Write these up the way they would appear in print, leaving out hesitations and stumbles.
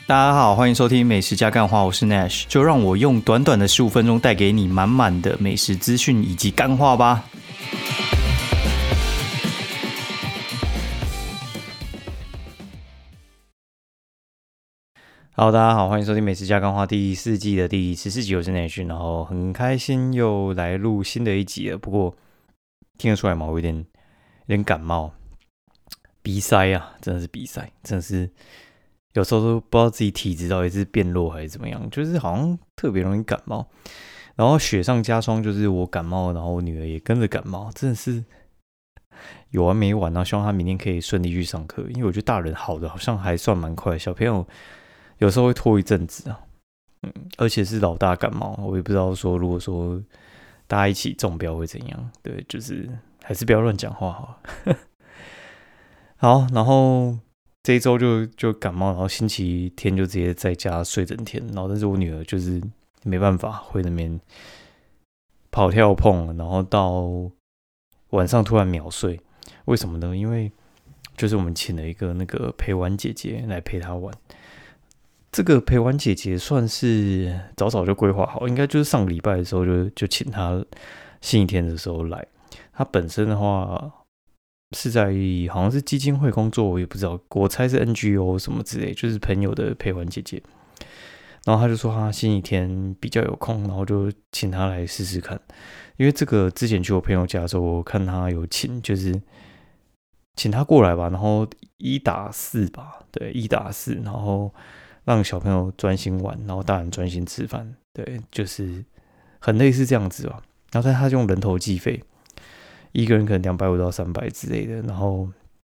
大家好，欢迎收听美食加干话，我是 Nash， 就让我用短短的15分钟带给你满满的美食资讯以及干话吧。Hello， 大家好，欢迎收听美食加干话第4季的第14集，我是 Nash， 然后很开心又来录新的一集了。不过听得出来吗？我有点感冒，鼻塞啊，真的是鼻塞，真的是。有时候都不知道自己体质到底是变弱还是怎么样，就是好像特别容易感冒，然后雪上加霜，就是我感冒，然后我女儿也跟着感冒，真的是有完没完。然后希望她明天可以顺利去上课，因为我觉得大人好的好像还算蛮快，小朋友有时候会拖一阵子啊，而且是老大感冒，我也不知道说如果说大家一起中标会怎样，对，就是还是不要乱讲话好了。好，然后。这一周就感冒，然后星期天就直接在家睡整天，然后但是我女儿就是没办法，会那边跑跳碰，然后到晚上突然秒睡，为什么呢？因为就是我们请了一个那个陪玩姐姐来陪她玩，这个陪玩姐姐算是早早就规划好，应该就是上个礼拜的时候就请她星期天的时候来，她本身的话。是在好像是基金会工作，我也不知道，我猜是 NGO 什么之类，就是朋友的陪玩姐姐。然后他就说他星期天比较有空，然后就请他来试试看。因为这个之前去我朋友家的时候，我看他有就是请他过来吧，然后1打4吧，对，1打4，然后让小朋友专心玩，然后大人专心吃饭，对，就是很类似这样子吧。然后但他用人头计费。一个人可能250到300之类的，然后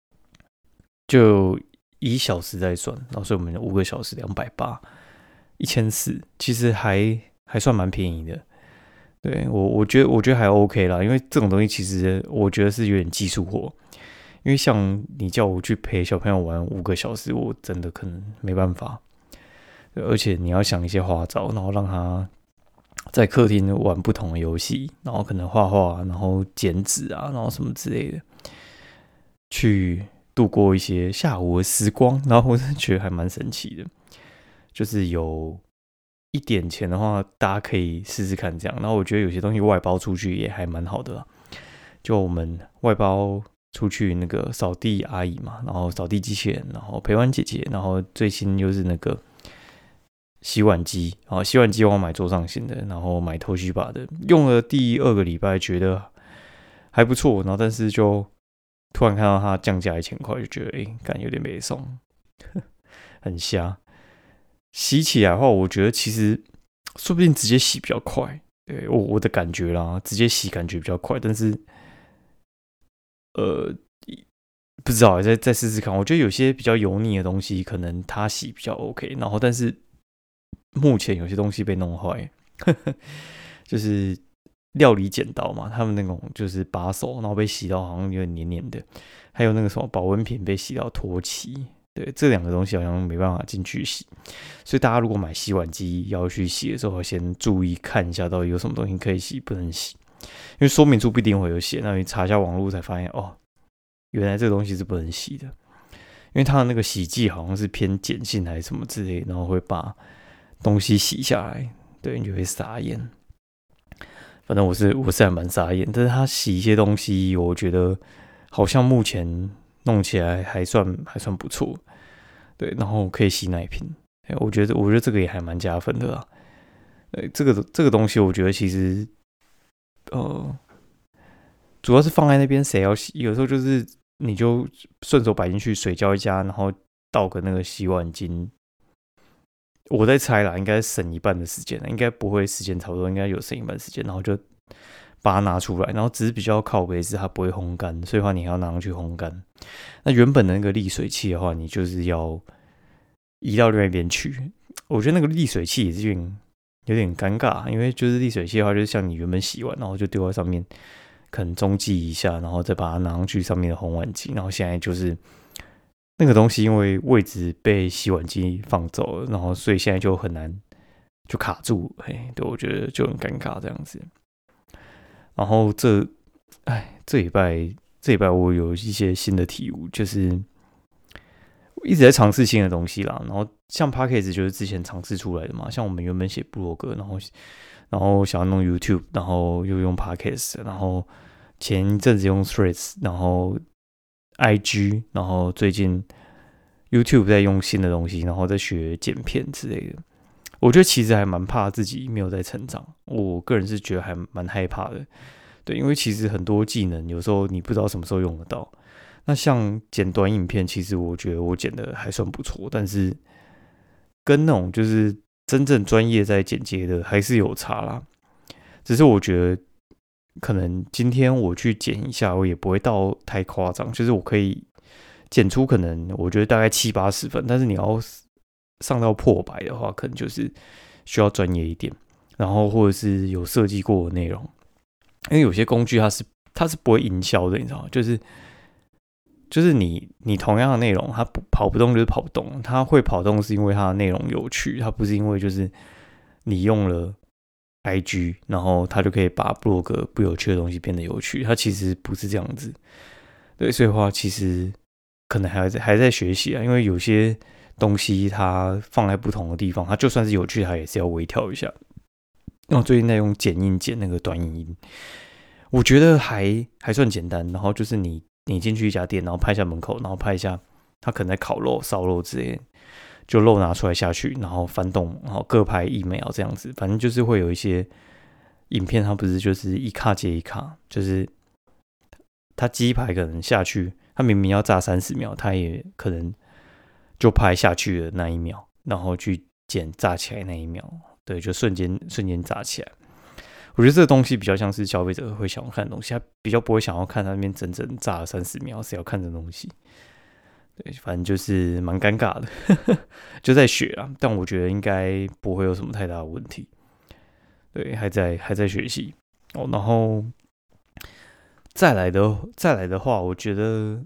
就1小时在算，然后所以我们5个小时280，1400，其实还算蛮便宜的。对，我觉得还 OK 啦，因为这种东西其实我觉得是有点技术活，因为像你叫我去陪小朋友玩5个小时，我真的可能没办法，而且你要想一些花招，然后让他。在客厅玩不同的游戏，然后可能画画，然后剪纸啊，然后什么之类的，去度过一些下午的时光。然后我真的觉得还蛮神奇的，就是有一点钱的话，大家可以试试看这样。然后我觉得有些东西外包出去也还蛮好的啦，就我们外包出去那个扫地阿姨嘛，然后扫地机器人，然后陪玩姐姐，然后最新就是那个。洗碗机，洗碗机我买桌上型的，然后买Toshiba的，用了第2个礼拜觉得还不错，然后但是就突然看到它降价1000块，就觉得感有点没送，很瞎。洗起来的话，我觉得其实说不定直接洗比较快，对我的感觉啦，直接洗感觉比较快，但是不知道再试试看。我觉得有些比较油腻的东西，可能它洗比较 OK， 然后但是。目前有些东西被弄坏，就是料理剪刀嘛，他们那种就是把手，然后被洗到好像有点黏黏的，还有那个什么保温瓶被洗到脱漆，对，这2个东西好像没办法进去洗，所以大家如果买洗碗机要去洗的时候，先注意看一下到底有什么东西可以洗，不能洗，因为说明书不一定会有写，那你查一下网络才发现哦，原来这个东西是不能洗的，因为它的那个洗剂好像是偏碱性还是什么之类，然后会把东西洗下来，对，你就会傻眼。反正我是还蛮傻眼，但是他洗一些东西，我觉得好像目前弄起来还算不错，对，然后可以洗奶瓶，我觉得这个也还蛮加分的啦。这个东西，我觉得其实主要是放在那边，谁要洗？有时候就是你就顺手摆进去，水浇一加，然后倒个那个洗碗巾。我在猜啦，应该省一半的时间，应该不会时间差不多，应该有省一半时间，然后就把它拿出来，然后只是比较靠北是它不会烘干，所以的话你还要拿上去烘干。那原本的那个沥水器的话，你就是要移到另外一边去。我觉得那个沥水器也是有点尴尬，因为就是沥水器的话，就是像你原本洗完，然后就丢在上面，可能中继一下，然后再把它拿上去上面的烘碗机，然后现在就是。那个东西因为位置被洗碗机放走了，然后所以现在就很难就卡住，对，我觉得就很尴尬这样子。然后这礼拜我有一些新的体悟，就是一直在尝试新的东西啦。然后像 Podcast 就是之前尝试出来的嘛，像我们原本写部落格，然后想要弄 YouTube， 然后又用 Podcast， 然后前一阵子用 Threads， 然后 IG， 然后最近 YouTube 在用新的东西，然后在学剪片之类的。我觉得其实还蛮怕自己没有在成长，我个人是觉得还蛮害怕的。对，因为其实很多技能有时候你不知道什么时候用得到。那像剪短影片，其实我觉得我剪的还算不错，但是跟那种就是真正专业在剪接的还是有差啦。只是我觉得可能今天我去剪一下，我也不会到太夸张，就是我可以剪出可能我觉得大概70-80分，但是你要上到破百的话，可能就是需要专业一点，然后或者是有设计过的内容，因为有些工具它是不会营销的，你知道吗？就是你同样的内容，它跑不动就是跑不动，它会跑动是因为它的内容有趣，它不是因为就是你用了 IG， 然后它就可以把部落格不有趣的东西变得有趣，它其实不是这样子。对，所以的话其实可能还在学习啊，因为有些东西它放在不同的地方，它就算是有趣，它也是要微调一下。那我最近在用剪映剪那个短影音，我觉得还算简单。然后就是你进去一家店，然后拍一下门口，然后拍一下他可能在烤肉、烧肉之类的，就肉拿出来下去，然后翻动，然后各拍1秒这样子。反正就是会有一些影片，它不是就是一卡接一卡，就是它鸡排可能下去，它明明要炸30秒，它也可能就拍下去的那一秒，然后去剪炸起来那一秒，对，就瞬间炸起来。我觉得这个东西比较像是消费者会想要看的东西，他比较不会想要看他那边整整炸了30秒，谁要看这东西？对，反正就是蛮尴尬的，就在学啊。但我觉得应该不会有什么太大的问题。对，还在学习哦。然后再来的话，我觉得，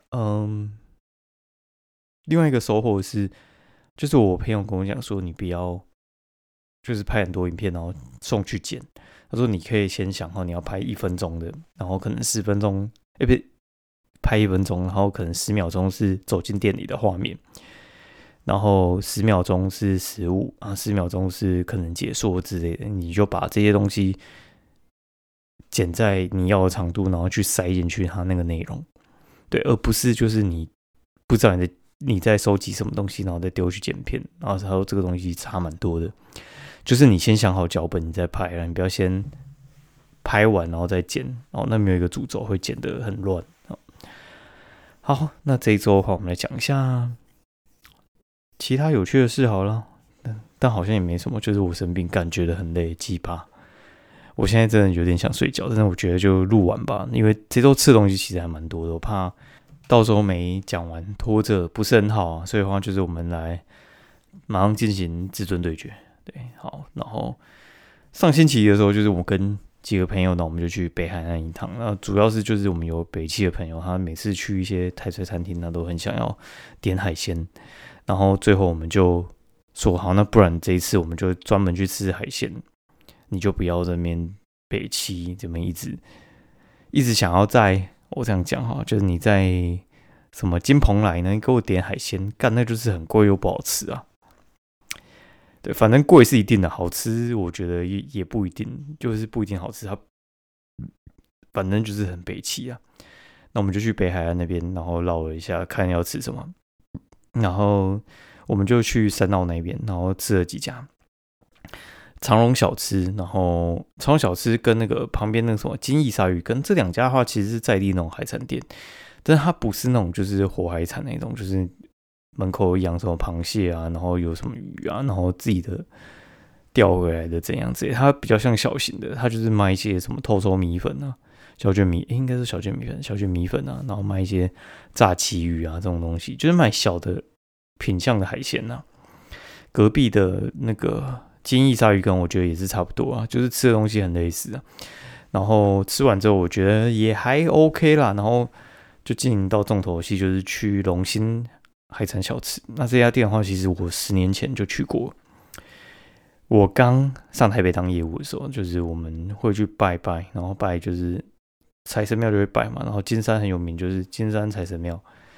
另外一个收获是，就是我朋友跟我讲说，你不要就是拍很多影片，然后送去剪。他说你可以先想好你要拍1分钟的，然后可能10分钟，不是拍1分钟，然后可能10秒钟是走进店里的画面，然后10秒钟是食物啊，10秒钟是可能解说之类的，你就把这些东西剪在你要的长度，然后去塞进去它那个内容，对，而不是就是你不知道你在收集什么东西，然后再丢去剪片，然后他说这个东西差蛮多的。就是你先想好脚本，你再拍，你不要先拍完然后再剪，然后那没有一个主轴会剪得很乱。好，那这一周的话，我们来讲一下其他有趣的事好了。但好像也没什么，就是我生病，感觉得很累，鸡巴。我现在真的有点想睡觉，但是我觉得就录完吧，因为这周吃的东西其实还蛮多的，我怕到时候没讲完拖着不是很好啊。所以的话，就是我们来马上进行至尊对决。对，好，然后上星期的时候，就是我跟几个朋友呢，我们就去北海岸一趟。那主要是就是我们有北汽的朋友，他每次去一些台水餐厅，他都很想要点海鲜。然后最后我们就说好，那不然这一次我们就专门去吃海鲜，你就不要这边北汽这边一直想要在我这样讲哈，就是你在什么金鹏来呢，你给我点海鲜，干那就是很贵又不好吃啊。对，反正贵是一定的，好吃我觉得也不一定，就是不一定好吃。它反正就是很北气啊。那我们就去北海岸那边，然后绕了一下，看要吃什么。然后我们就去山澳那边，然后吃了几家长荣小吃，然后长荣小吃跟那个旁边那个什么金翼鲨鱼羹，这2家的话其实是在地那种海产店，但是它不是那种就是活海产那种，就是门口养什么螃蟹啊，然后有什么鱼啊，然后自己的钓回来的怎样之类，它比较像小型的，它就是卖一些什么透抽米粉啊、小卷米，应该是小卷米粉啊，然后卖一些炸旗鱼啊这种东西，就是卖小的品相的海鲜啊。隔壁的那个金翼鲨鱼羹，我觉得也是差不多啊，就是吃的东西很类似啊。然后吃完之后，我觉得也还 OK 啦，然后就进行到重头戏，就是去龙兴海产小吃。那这家店的话，其实我10年前就去过。我刚上台北当业务的时候，就是我们会去拜拜，然后拜就是财神庙就会拜嘛，然后金山很有名，就是金山财神庙。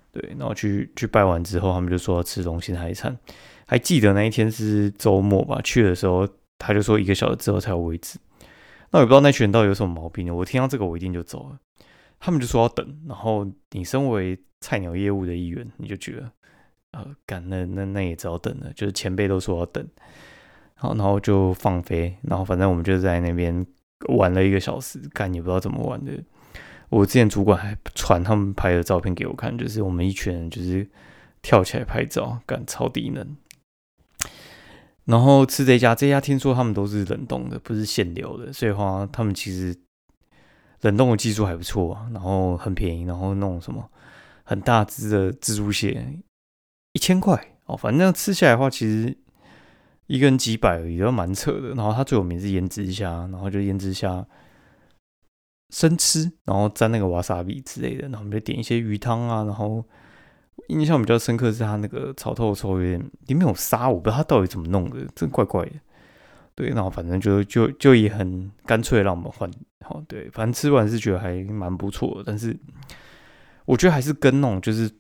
对，然后去拜完之后，他们就说要吃龙兴海产。还记得那一天是周末吧？去的时候他就说1个小时之后才有位置。那我也不知道那群人到底有什么毛病呢？我听到这个我一定就走了。他们就说要等，然后你身为菜鸟业务的一员，你就觉得干那也只好等了，就是前辈都说要等，好，然后就放飞，然后反正我们就在那边玩了1个小时，干也不知道怎么玩的。我之前主管还传他们拍的照片给我看，就是我们一群人就是跳起来拍照，干超低能。然后吃这家听说他们都是冷冻的，不是现流的，所以话他们其实冷冻的技术还不错啊，然后很便宜，然后那种什么很大只的蜘蛛蟹1000块哦，反正吃下来的话，其实一根几百而已，都蛮扯的。然后它最有名是胭脂虾，然后就胭脂虾生吃，然后沾那个瓦萨比之类的，然后我们就点一些鱼汤啊，然后印象比较深刻是它那个炒透抽有点里面有沙，我不知道它到底怎么弄的，真怪怪的。对，然后反正就也很干脆让我们换，好，对，反正吃完是觉得还蛮不错的，但是我觉得还是跟那种就是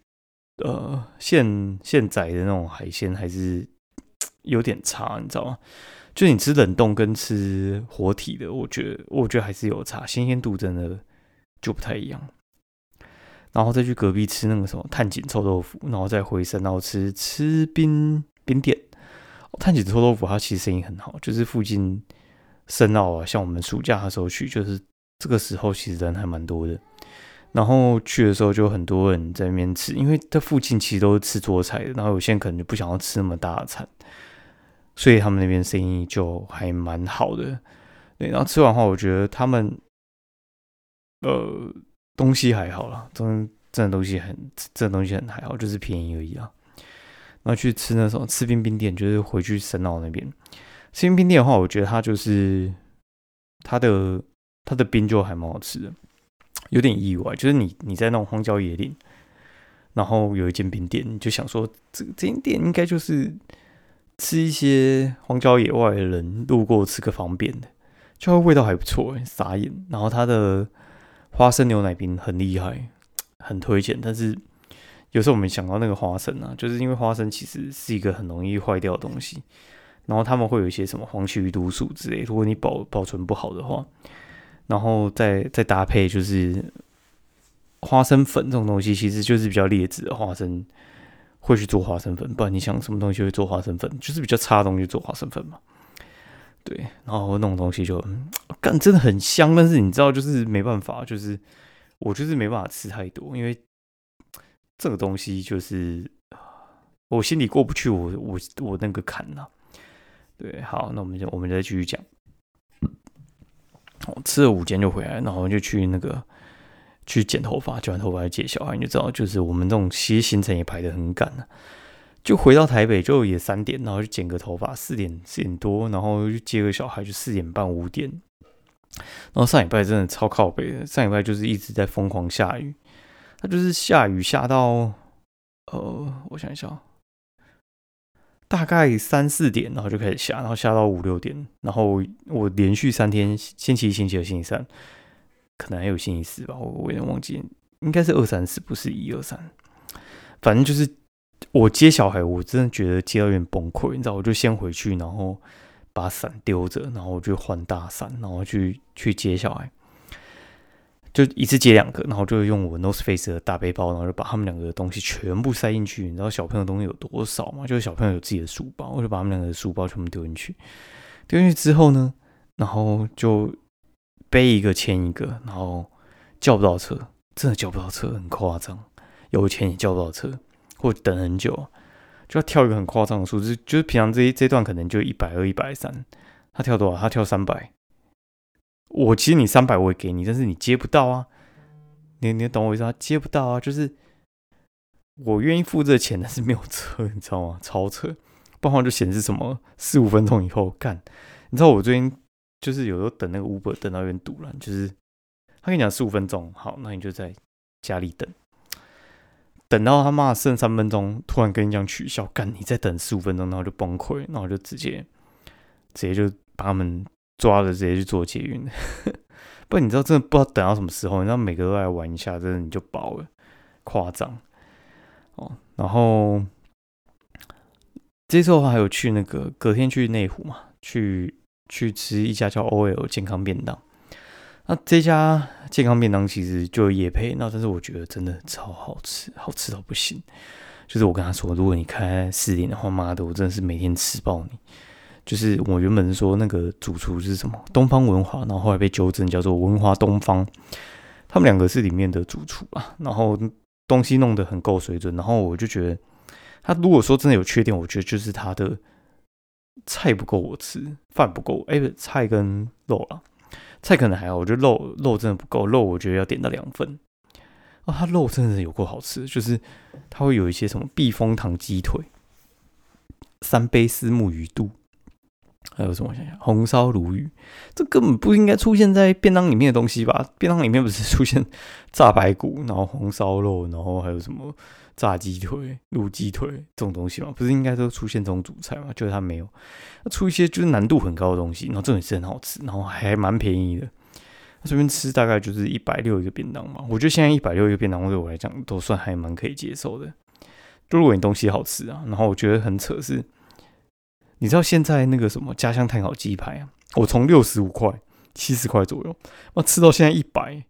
现宰的那种海鲜还是有点差，你知道吗？就你吃冷冻跟吃活体的，我觉得还是有差，新鲜度真的就不太一样。然后再去隔壁吃那个什么炭井臭豆腐，然后再回神后吃冰店。炭井臭豆腐它其实生意很好，就是附近深澳啊，像我们暑假的时候去，就是这个时候其实人还蛮多的。然后去的时候就很多人在那边吃，因为这附近其实都是吃桌菜的，然后有些人可能就不想要吃那么大的餐，所以他们那边生意就还蛮好的。对，然后吃完后，我觉得他们东西还好啦，真的东西很还好，就是便宜而已啦。然后去吃那种吃冰店，就是回去深澳那边吃冰店的话，我觉得它就是它的冰就还蛮好吃的，有点意外。就是你在那种荒郊野岭，然后有一间冰店，你就想说这间店应该就是吃一些荒郊野外的人路过吃个方便的，就味道还不错，傻眼。然后它的花生牛奶冰很厉害，很推荐，但是有时候我们想到那个花生啊，就是因为花生其实是一个很容易坏掉的东西，然后他们会有一些什么黄曲毒素之类，如果你保存不好的话，然后再搭配就是花生粉这种东西，其实就是比较劣质的花生会去做花生粉，不然你想什么东西会做花生粉，就是比较差的东西做花生粉嘛。对，然后那种东西就干真的很香，但是你知道就是没办法，就是我就是没办法吃太多，因为这个东西就是我心里过不去我那个坎啊。对，好，那我们再继续讲。我吃了5间就回来，然后就去那个去剪头发，剪完头发去接小孩，你就知道，就是我们这种其实行程也排得很赶啊。就回到台北就也3点，然后就剪个头发4点多，然后就接个小孩就4点半5点。然后上礼拜真的超靠北的，上礼拜就是一直在疯狂下雨，它就是下雨下到我想一下，大概3、4点，然后就开始下，然后下到5、6点，然后我连续3天，星期1、星期2、星期3，可能还有星期4吧，我有点忘记，应该是2、3、4，不是1、2、3，反正就是我接小孩，我真的觉得接到有点崩溃，你知道，我就先回去，然后把伞丢着，然后我就换大伞，然后去接小孩。就一次接2个，然后就用我 North Face 的大背包，然后就把他们2个的东西全部塞进去。你知道小朋友的东西有多少吗？就是小朋友有自己的书包，我就把他们2个的书包全部丢进去。丢进去之后呢，然后就背一个牵一个，然后叫不到车，真的叫不到车，很夸张。有钱也叫不到车，或者等很久，就要跳一个很夸张的数字，就是平常这段可能就120、130，他跳多少？他跳300。其实你300我也给你，但是你接不到啊，你懂我意思吗？接不到啊，就是我愿意付这钱，但是没有车，你知道吗？超扯，不然就显示什么4、5分钟以后干。你知道我最近就是有时候等那个 Uber 等到有点堵了，就是他跟你讲15分钟，好，那你就在家里等到他妈剩3分钟，突然跟你讲取消，干你再等15分钟，然后就崩溃，然后就直接就把他们抓了，直接去做捷运。不然你知道真的不知道等到什么时候，你知道每个都来玩一下，真的你就饱了，夸张。 哦。然后这次的话还有去那个隔天去内湖嘛，去吃一家叫 OL 健康便当。那这家健康便当其实就有业配，但是我觉得真的超好吃，好吃到不行。就是我跟他说，如果你开4点的话，妈的，我真的是每天吃爆你。就是我原本说那个主厨是什么东方文华，然后后来被纠正叫做文华东方，他们两个是里面的主厨啊，然后东西弄得很够水准，然后我就觉得他如果说真的有缺点，我觉得就是他的菜不够我吃，饭不够，菜跟肉啦，菜可能还好，我觉得肉真的不够，肉我觉得要点到2份。它肉真的有够好吃，就是它会有一些什么避风塘鸡腿、3杯丝木鱼肚，还有什么？我想想，红烧鲈鱼，这根本不应该出现在便当里面的东西吧？便当里面不是出现炸排骨，然后红烧肉，然后还有什么炸鸡腿、卤鸡腿这种东西吗？不是应该都出现这种主菜吗？就是它没有，出一些就是难度很高的东西，然后这种也是很好吃，然后还蛮便宜的。随便吃大概就是160一个便当嘛，我觉得现在160一个便当对我来讲都算还蛮可以接受的。就如果你东西好吃啊，然后我觉得很扯是，你知道现在那个什么家乡炭烤鸡排啊，我从65块、70块左右，我吃到现在100，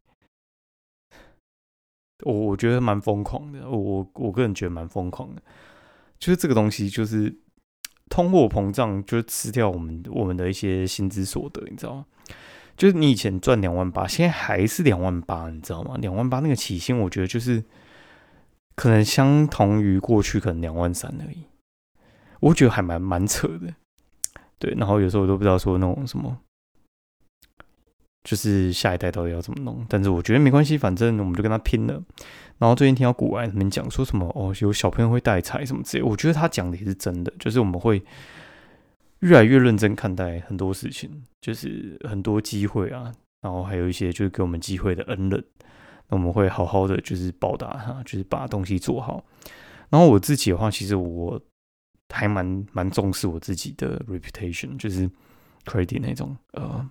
我觉得蛮疯狂的。我个人觉得蛮疯狂的，就是这个东西就是通货膨胀，就是吃掉我们的一些薪资所得，你知道吗？就是你以前赚28000，现在还是28000，你知道吗？28000那个起薪，我觉得就是可能相同于过去可能23000而已，我觉得还蛮扯的。对，然后有时候我都不知道说那种什么，就是下一代到底要怎么弄。但是我觉得没关系，反正我们就跟他拼了。然后最近听到古玩他们讲说什么有小朋友会带财什么之类，我觉得他讲的也是真的，就是我们会越来越认真看待很多事情，就是很多机会啊，然后还有一些就是给我们机会的恩人，那我们会好好的就是报答他，就是把东西做好。然后我自己的话，其实我还蛮重视我自己的 reputation， 就是 credit 那种。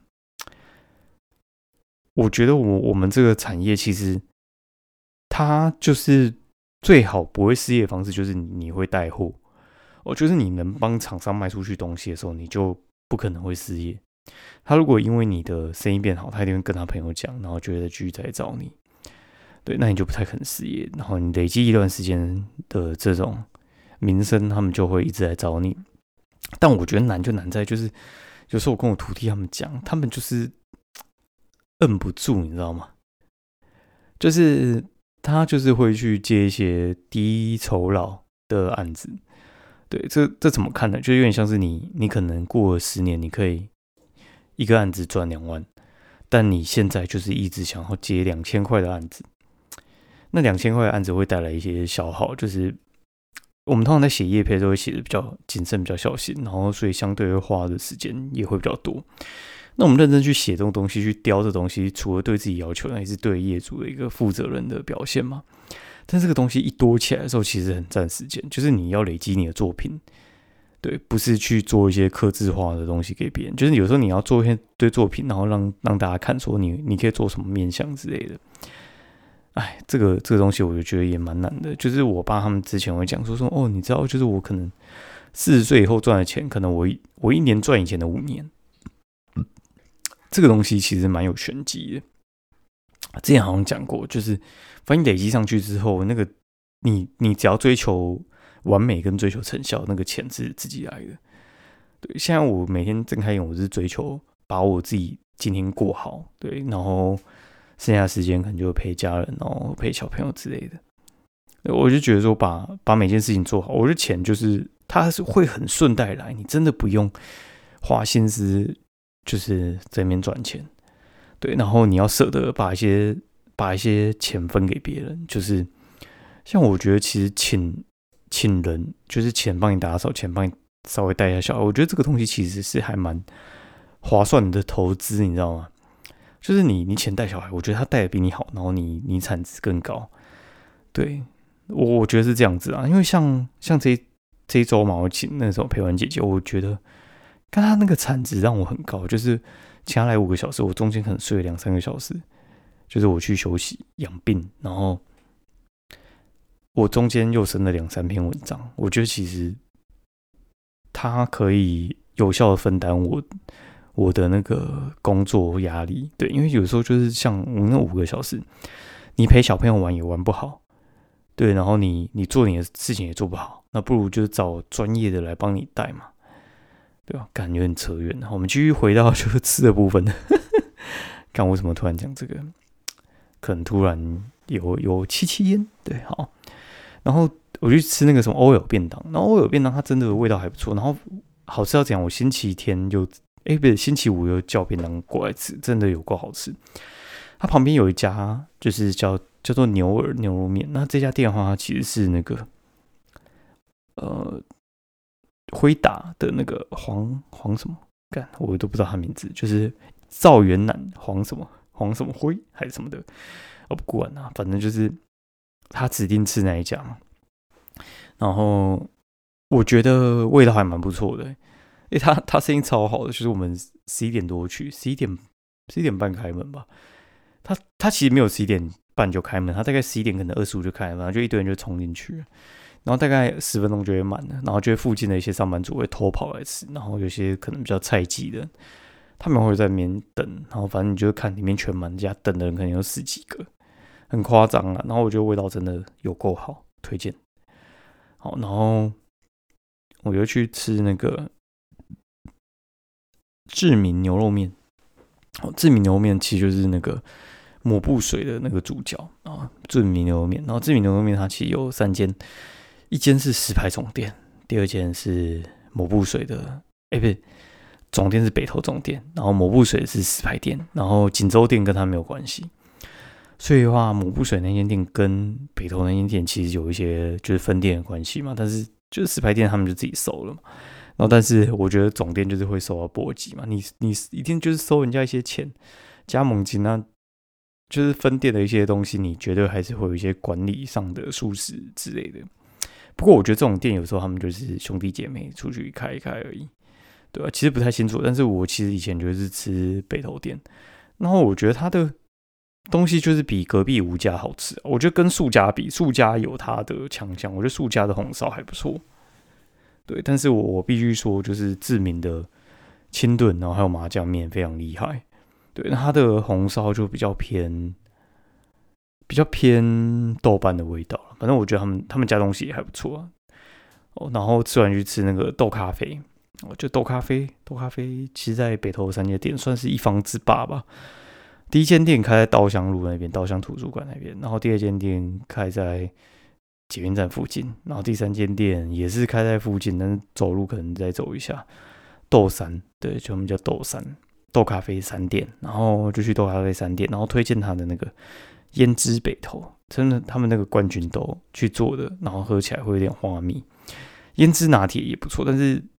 我觉得我们这个产业其实它就是最好不会失业的方式，就是你会带货。就是你能帮厂商卖出去东西的时候，你就不可能会失业。他如果因为你的生意变好，他一定会跟他朋友讲，然后觉得继续再找你。对，那你就不太可能失业。然后你累积一段时间的这种名声，他们就会一直来找你。但我觉得难就难在，就是有时候我跟我徒弟他们讲，他们就是摁不住，你知道吗？就是他就是会去接一些低酬劳的案子。对，这怎么看呢？就有点像是你可能过了10年，你可以一个案子赚2万，但你现在就是一直想要接2000块的案子，那2000块的案子会带来一些消耗，就是我们通常在写业配都会写的比较谨慎、比较小心，然后所以相对会花的时间也会比较多。那我们认真去写这种东西，去雕这东西，除了对自己要求，那也是对业主的一个负责任的表现嘛。但这个东西一多起来的时候，其实很占时间，就是你要累积你的作品，对，不是去做一些客制化的东西给别人，就是有时候你要做一些对作品，然后让大家看说你可以做什么面向之类的。这个东西我就觉得也蛮难的。就是我爸他们之前会讲说你知道，就是我可能40岁以后赚的钱，可能我一年赚以前的5年。这个东西其实蛮有玄机的。之前好像讲过，就是反正你累积上去之后，那个你只要追求完美跟追求成效，那个钱是自己来的。对，现在我每天睁开眼，我是追求把我自己今天过好，对，然后剩下的时间可能就陪家人，然后陪小朋友之类的。我就觉得说把每件事情做好，我觉得钱就是它是会很顺带来，你真的不用花心思，就是在那边赚钱。对，然后你要舍得把一些钱分给别人，就是像我觉得其实请人，就是钱帮你打扫，钱帮你稍微带一下小孩，我觉得这个东西其实是还蛮划算的投资，你知道吗？就是你钱带小孩，我觉得他带的比你好，然后你产值更高。对，我觉得是这样子啊，因为像这一周嘛，我请那时候陪玩姐姐，我觉得看她那个产值让我很高，就是请她来5个小时，我中间可能睡了2-3个小时，就是我去休息养病，然后我中间又生了2-3篇文章，我觉得其实它可以有效的分担我的那个工作压力。对，因为有时候就是像我那5个小时，你陪小朋友玩也玩不好，对，然后你做你的事情也做不好，那不如就是找专业的来帮你带嘛，对吧？感觉很扯远。我们继续回到就是吃的部分。看为什么突然讲这个，可能突然有气烟，对，好。然后我就吃那个什么欧友便当，然后欧友便当它真的味道还不错，然后好吃到讲我星期天不是星期5又叫便当过来吃，真的有够好吃。它旁边有一家就是叫做牛耳牛肉面，那这家店的话，它其实是那个辉达的那个黄什么，干我都不知道他名字，就是赵元南黄什么辉还是什么的，我不管啊，反正就是他指定吃那一家嘛。然后我觉得味道还蛮不错的，他生意超好的，就是我们11点多去，11点半开门吧。他其实没有11点半就开门，他大概11点可能25就开门，然后就一堆人就冲进去了，然后大概10分钟就会满了，然后就会附近的一些上班族会偷跑来吃，然后有些可能比较菜鸡的，他们会在那边等，然后反正你就看里面全满，家等的人可能有10几个，很夸张啊。然后我觉得味道真的有够好，推荐。好，然后我就去吃那个志明牛肉面。志明牛肉面其实就是那个抹布水的那个主角啊，志明牛肉面。然后志明牛肉面它其实有3间，一间是石牌总店，第2间是抹布水的，不是总店是北投总店，然后抹布水是石牌店，然后锦州店跟它没有关系。所以的话，抹布水那间店跟北投那间店其实有一些就是分店的关系嘛，但是就是石牌店他们就自己收了嘛。然后但是我觉得总店就是会收到波及嘛，你一定就是收人家一些钱，加盟金啊，就是分店的一些东西，你绝对还是会有一些管理上的疏失之类的。不过我觉得这种店有时候他们就是兄弟姐妹出去开一开而已，对吧？其实不太清楚，但是我其实以前就是吃北投店，然后我觉得它的东西就是比隔壁吴家好吃，我觉得跟素家比，素家有它的强项，我觉得素家的红烧还不错，对，但是我必须说，就是志明的清炖，然后还有麻酱面非常厉害，对，那它的红烧就比较偏豆瓣的味道，反正我觉得他们家东西也还不错啊。然后吃完去吃那个豆咖啡，就豆咖啡其实在北投3间店算是一方之霸吧。第1间店开在稻香路那边，稻香图书馆那边，然后第2间店开在捷运站附近，然后第3间店也是开在附近，但是走路可能再走一下。豆山，对，就我们叫豆山豆咖啡3店，然后就去豆咖啡3店，然后推荐他的那个胭脂北投，真的他们那个冠军豆去做的，然后喝起来会有点花蜜。胭脂拿铁也不错，但是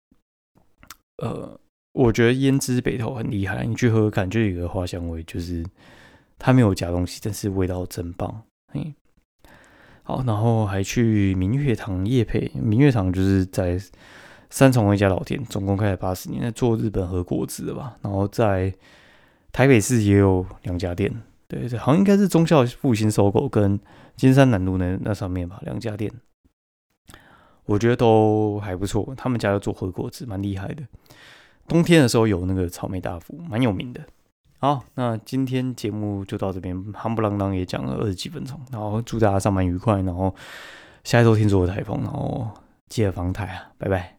我觉得胭脂北投很厉害，你去喝喝看，就有一个花香味，就是它没有加东西，但是味道真棒。好，然后还去明月堂业配，明月堂就是在三重一家老店，总共开了80年，在做日本和果子的吧。然后在台北市也有2家店，对，好像应该是忠孝复兴收购跟金山南路那上面吧，2家店，我觉得都还不错。他们家要做和果子，蛮厉害的。冬天的时候有那个草莓大福，蛮有名的。好，那今天节目就到这边，夯不啷当也讲了20几分钟，然后祝大家上班愉快，然后下一周听说有台风，然后记得防台啊，拜拜。